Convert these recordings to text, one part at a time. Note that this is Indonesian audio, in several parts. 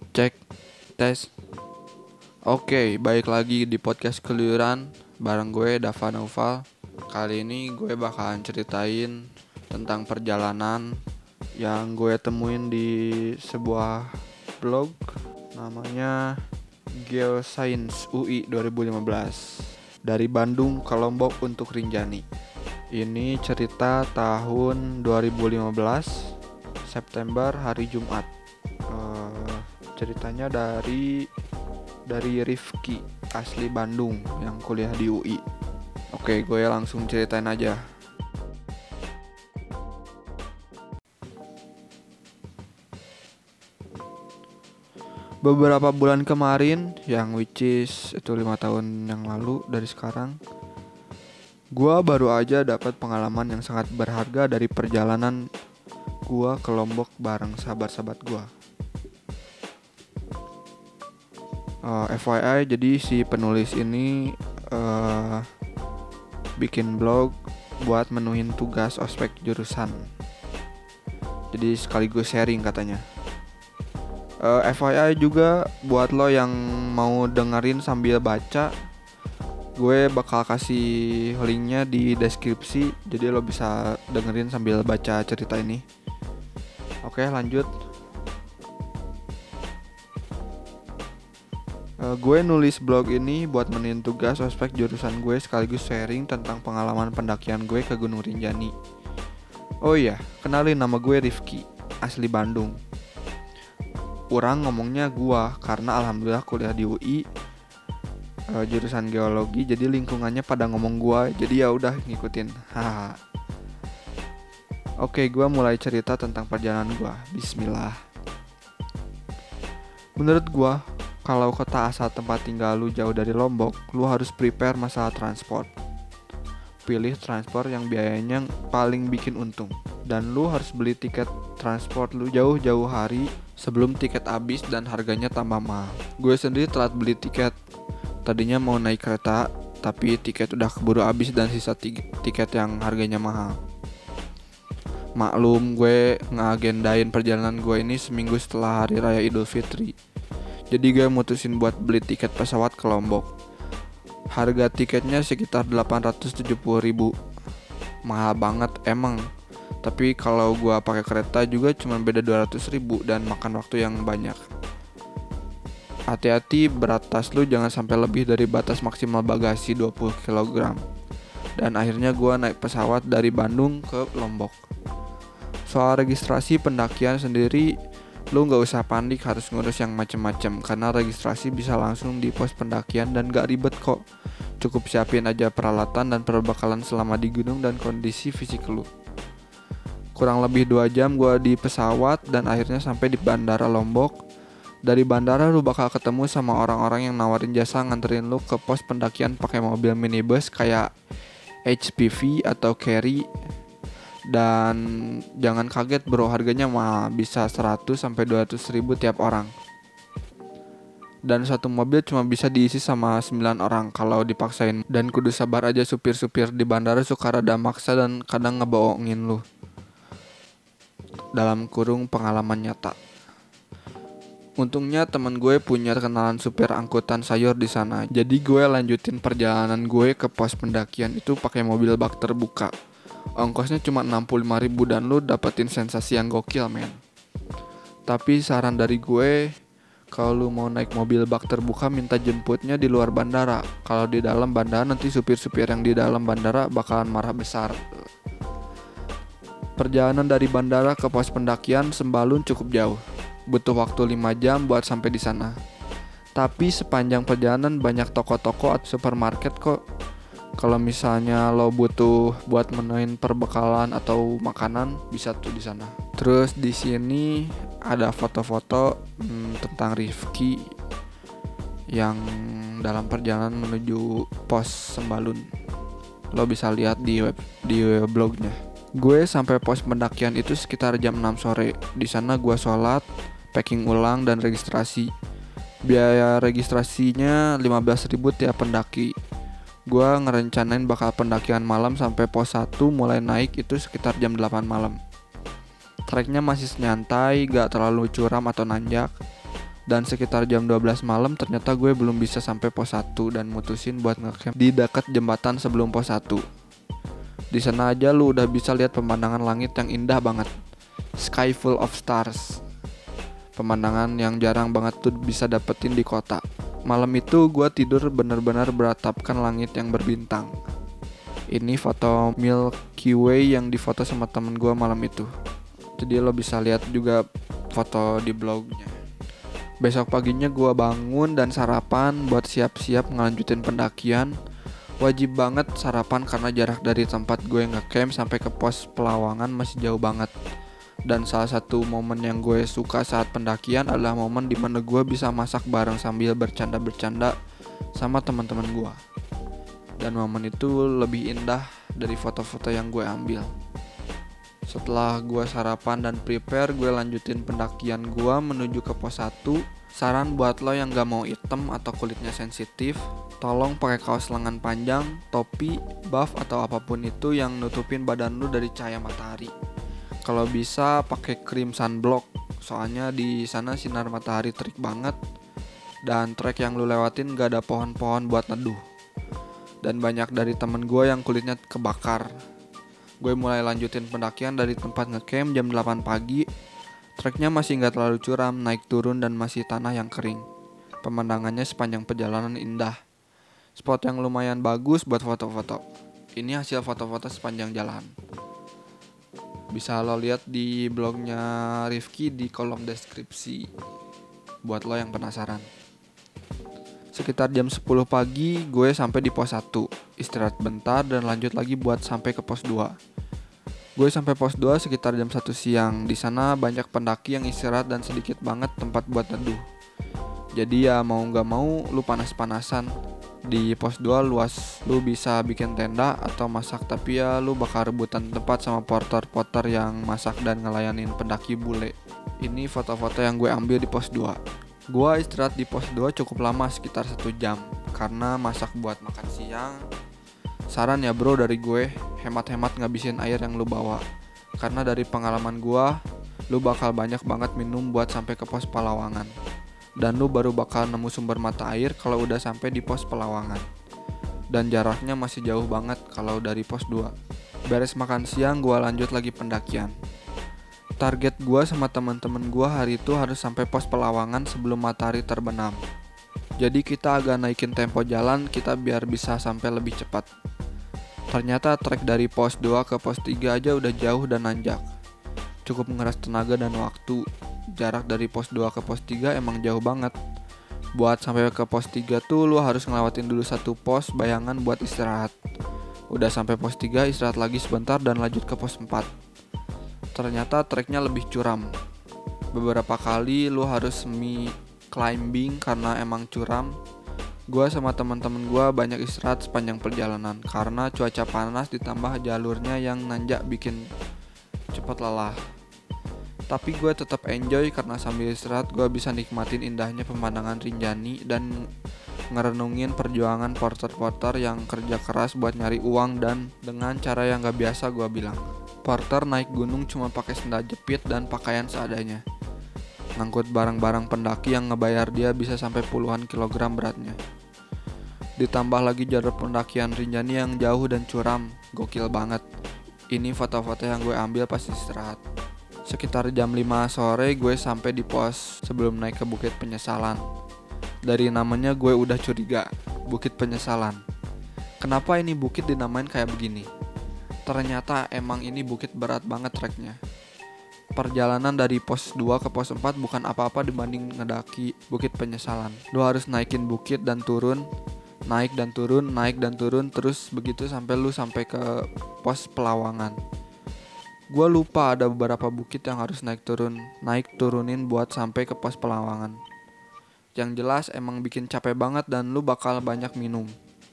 Cek, tes. Oke, balik lagi di podcast keluyuran bareng gue Dava Naufal. Kali ini gue bakalan ceritain tentang perjalanan yang gue temuin di sebuah blog namanya Geoscience UI 2015. Dari Bandung ke Lombok untuk Rinjani. Ini cerita tahun 2015 September hari Jumat. Ceritanya dari Rifki, asli Bandung yang kuliah di UI. Oke, gue langsung ceritain aja. Beberapa bulan kemarin, yang which is itu 5 tahun yang lalu dari sekarang, gue baru aja dapat pengalaman yang sangat berharga dari perjalanan gue ke Lombok bareng sahabat-sahabat gue. FYI, jadi si penulis ini bikin blog buat menuhin tugas ospek jurusan. Jadi sekaligus sharing katanya. FYI juga buat lo yang mau dengerin sambil baca, gue bakal kasih linknya di deskripsi. Jadi lo bisa dengerin sambil baca cerita ini. Oke, lanjut. Gue nulis blog ini buat menuhin tugas ospek jurusan gue sekaligus sharing tentang pengalaman pendakian gue ke Gunung Rinjani. Oh iya, kenalin, nama gue Rifki, asli Bandung. Orang ngomongnya gue karena alhamdulillah kuliah di UI jurusan geologi, jadi lingkungannya pada ngomong gue, jadi ya udah ngikutin. Haha. Oke, gue mulai cerita tentang perjalanan gue. Bismillah. Menurut gue, kalau kota asal tempat tinggal lu jauh dari Lombok, lu harus prepare masalah transport. Pilih transport yang biayanya paling bikin untung. Dan lu harus beli tiket transport lu jauh-jauh hari sebelum tiket habis dan harganya tambah mahal. Gue sendiri telat beli tiket. Tadinya mau naik kereta, tapi tiket udah keburu habis dan sisa tiket yang harganya mahal. Maklum, gue ngagendain perjalanan gue ini seminggu setelah Hari Raya Idul Fitri. Jadi gue mutusin buat beli tiket pesawat ke Lombok. Harga tiketnya sekitar 870.000. Mahal banget emang. Tapi kalau gue pakai kereta juga cuma beda 200.000 dan makan waktu yang banyak. Hati-hati, berat tas lu jangan sampai lebih dari batas maksimal bagasi 20 kg. Dan akhirnya gue naik pesawat dari Bandung ke Lombok. Soal registrasi pendakian sendiri, lu gak usah panik harus ngurus yang macem-macem, karena registrasi bisa langsung di pos pendakian dan gak ribet kok. Cukup siapin aja peralatan dan perbekalan selama di gunung dan kondisi fisik lu. Kurang lebih 2 jam gua di pesawat dan akhirnya sampai di bandara Lombok. Dari bandara lu bakal ketemu sama orang-orang yang nawarin jasa nganterin lu ke pos pendakian pakai mobil minibus kayak HPV atau Carry. Dan jangan kaget bro, harganya mah bisa 100-200 ribu tiap orang. Dan satu mobil cuma bisa diisi sama 9 orang kalau dipaksain. Dan kudu sabar aja, supir-supir di bandara suka rada maksa dan kadang ngebohongin lu. Dalam kurung pengalaman nyata. Untungnya teman gue punya kenalan supir angkutan sayur di sana. Jadi gue lanjutin perjalanan gue ke pos pendakian itu pakai mobil bak terbuka. Ongkosnya cuma 65.000 dan lu dapetin sensasi yang gokil, men. Tapi saran dari gue, kalau lu mau naik mobil bak terbuka minta jemputnya di luar bandara. Kalau di dalam bandara nanti supir-supir yang di dalam bandara bakalan marah besar. Perjalanan dari bandara ke pos pendakian Sembalun cukup jauh. Butuh waktu 5 jam buat sampai di sana. Tapi sepanjang perjalanan banyak toko-toko atau supermarket kok. Kalau misalnya lo butuh buat menuhin perbekalan atau makanan, bisa tuh di sana. Terus di sini ada foto-foto tentang Rifki yang dalam perjalanan menuju pos Sembalun. Lo bisa lihat di blognya. Gue sampai pos pendakian itu sekitar jam 6 sore. Di sana gue sholat, packing ulang dan registrasi. Biaya registrasinya 15.000 tiap pendaki. Gue ngerencanain bakal pendakian malam sampai pos 1 mulai naik itu sekitar jam 8 malam. Treknya masih nyantai, gak terlalu curam atau nanjak. Dan sekitar jam 12 malam ternyata gue belum bisa sampai pos 1 dan mutusin buat ngecamp di dekat jembatan sebelum pos 1. Di sana aja lu udah bisa lihat pemandangan langit yang indah banget. Sky full of stars. Pemandangan yang jarang banget tuh bisa dapetin di kota. Malam itu gue tidur benar-benar beratapkan langit yang berbintang. Ini foto Milky Way yang difoto sama temen gue malam itu. Jadi lo bisa lihat juga foto di blognya. Besok paginya gue bangun dan sarapan buat siap-siap ngelanjutin pendakian. Wajib banget sarapan karena jarak dari tempat gue ngecamp sampai ke pos Pelawangan masih jauh banget. Dan salah satu momen yang gue suka saat pendakian adalah momen dimana gue bisa masak bareng sambil bercanda-bercanda sama teman-teman gue. Dan momen itu lebih indah dari foto-foto yang gue ambil. Setelah gue sarapan dan prepare, gue lanjutin pendakian gue menuju ke pos 1. Saran buat lo yang gak mau item atau kulitnya sensitif, tolong pakai kaos lengan panjang, topi, buff atau apapun itu yang nutupin badan lo dari cahaya matahari. Kalau bisa pakai krim sunblock, soalnya di sana sinar matahari terik banget. Dan trek yang lo lewatin gak ada pohon-pohon buat neduh. Dan banyak dari temen gue yang kulitnya kebakar. Gue mulai lanjutin pendakian dari tempat ngecamp jam 8 pagi. Treknya masih gak terlalu curam, naik turun dan masih tanah yang kering. Pemandangannya sepanjang perjalanan indah. Spot yang lumayan bagus buat foto-foto. Ini hasil foto-foto sepanjang jalan. Bisa lo lihat di blognya Rifki di kolom deskripsi. Buat lo yang penasaran. Sekitar jam 10 pagi gue sampai di pos 1. Istirahat bentar dan lanjut lagi buat sampai ke pos 2. Gue sampai pos 2 sekitar jam 1 siang. Di sana banyak pendaki yang istirahat dan sedikit banget tempat buat neduh. Jadi ya mau gak mau lu panas-panasan. Di pos 2 luas, lu bisa bikin tenda atau masak, tapi ya lu bakal rebutan tempat sama porter-porter yang masak dan ngelayanin pendaki bule. Ini foto-foto yang gue ambil di pos 2. Gua istirahat di pos 2 cukup lama, sekitar 1 jam, karena masak buat makan siang. Saran ya bro dari gue, hemat-hemat ngabisin air yang lu bawa. Karena dari pengalaman gua, lu bakal banyak banget minum buat sampai ke pos Pelawangan. Dan lu baru bakal nemu sumber mata air kalau udah sampai di pos Pelawangan. Dan jaraknya masih jauh banget kalau dari pos 2. Beres makan siang, gua lanjut lagi pendakian. Target gue sama teman-teman gue hari itu harus sampai pos Pelawangan sebelum matahari terbenam. Jadi kita agak naikin tempo jalan kita biar bisa sampai lebih cepat. Ternyata trek dari pos 2 ke pos 3 aja udah jauh dan nanjak. Cukup menguras tenaga dan waktu. Jarak dari pos 2 ke pos 3 emang jauh banget. Buat sampai ke pos 3 tuh lu harus ngelewatin dulu satu pos bayangan buat istirahat. Udah sampai pos 3 istirahat lagi sebentar dan lanjut ke pos 4. Ternyata treknya lebih curam. Beberapa kali lu harus semi climbing karena emang curam. Gua sama teman-teman gua banyak istirahat sepanjang perjalanan karena cuaca panas ditambah jalurnya yang nanjak bikin cepat lelah. Tapi gue tetap enjoy karena sambil istirahat gue bisa nikmatin indahnya pemandangan Rinjani dan ngerenungin perjuangan porter-porter yang kerja keras buat nyari uang dan dengan cara yang gak biasa gue bilang. Porter naik gunung cuma pakai sendal jepit dan pakaian seadanya. Ngangkut barang-barang pendaki yang ngebayar dia bisa sampai puluhan kilogram beratnya. Ditambah lagi jalur pendakian Rinjani yang jauh dan curam, gokil banget. Ini foto-foto yang gue ambil pas istirahat. Sekitar jam 5 sore gue sampai di pos sebelum naik ke Bukit Penyesalan. Dari namanya gue udah curiga, Bukit Penyesalan. Kenapa ini bukit dinamain kayak begini? Ternyata emang ini bukit berat banget treknya. Perjalanan dari pos 2 ke pos 4 bukan apa-apa dibanding ngedaki Bukit Penyesalan. Lu harus naikin bukit dan turun, naik dan turun, naik dan turun, terus begitu sampai lu sampai ke pos Pelawangan. Gua lupa ada beberapa bukit yang harus naik turunin buat sampai ke pos Pelawangan. Yang jelas emang bikin capek banget dan lu bakal banyak minum.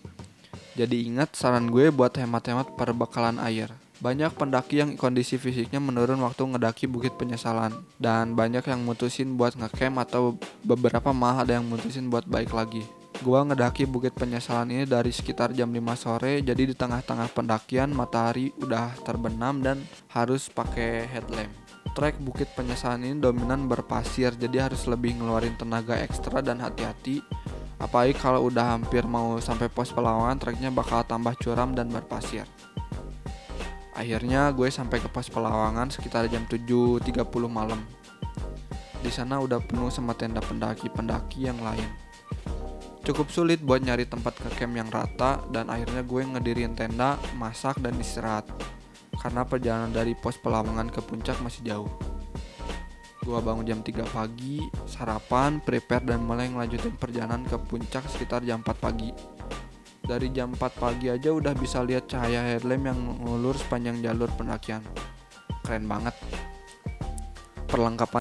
Jadi ingat saran gue buat hemat-hemat perbekalan air. Banyak pendaki yang kondisi fisiknya menurun waktu ngedaki Bukit Penyesalan. Dan banyak yang mutusin buat ngecamp atau beberapa malah ada yang mutusin buat balik lagi. Gua ngedaki Bukit Penyesalan ini dari sekitar jam 5 sore. Jadi di tengah-tengah pendakian matahari udah terbenam dan harus pakai headlamp. Trek Bukit Penyesalan ini dominan berpasir, jadi harus lebih ngeluarin tenaga ekstra dan hati-hati. Apalagi kalau udah hampir mau sampai pos Pelawangan, treknya bakal tambah curam dan berpasir. Akhirnya gue sampai ke pos Pelawangan sekitar jam 7.30 malam. Di sana udah penuh sama tenda pendaki-pendaki yang lain. Cukup sulit buat nyari tempat ke camp yang rata, dan akhirnya gue ngedirin tenda, masak, dan istirahat. Karena perjalanan dari pos Pelawangan ke puncak masih jauh. Gua bangun jam 3 pagi, sarapan, prepare, dan mulai ngelanjutin perjalanan ke puncak sekitar jam 4 pagi. Dari jam 4 pagi aja udah bisa lihat cahaya headlamp yang ngulur sepanjang jalur pendakian. Keren banget. Perlengkapan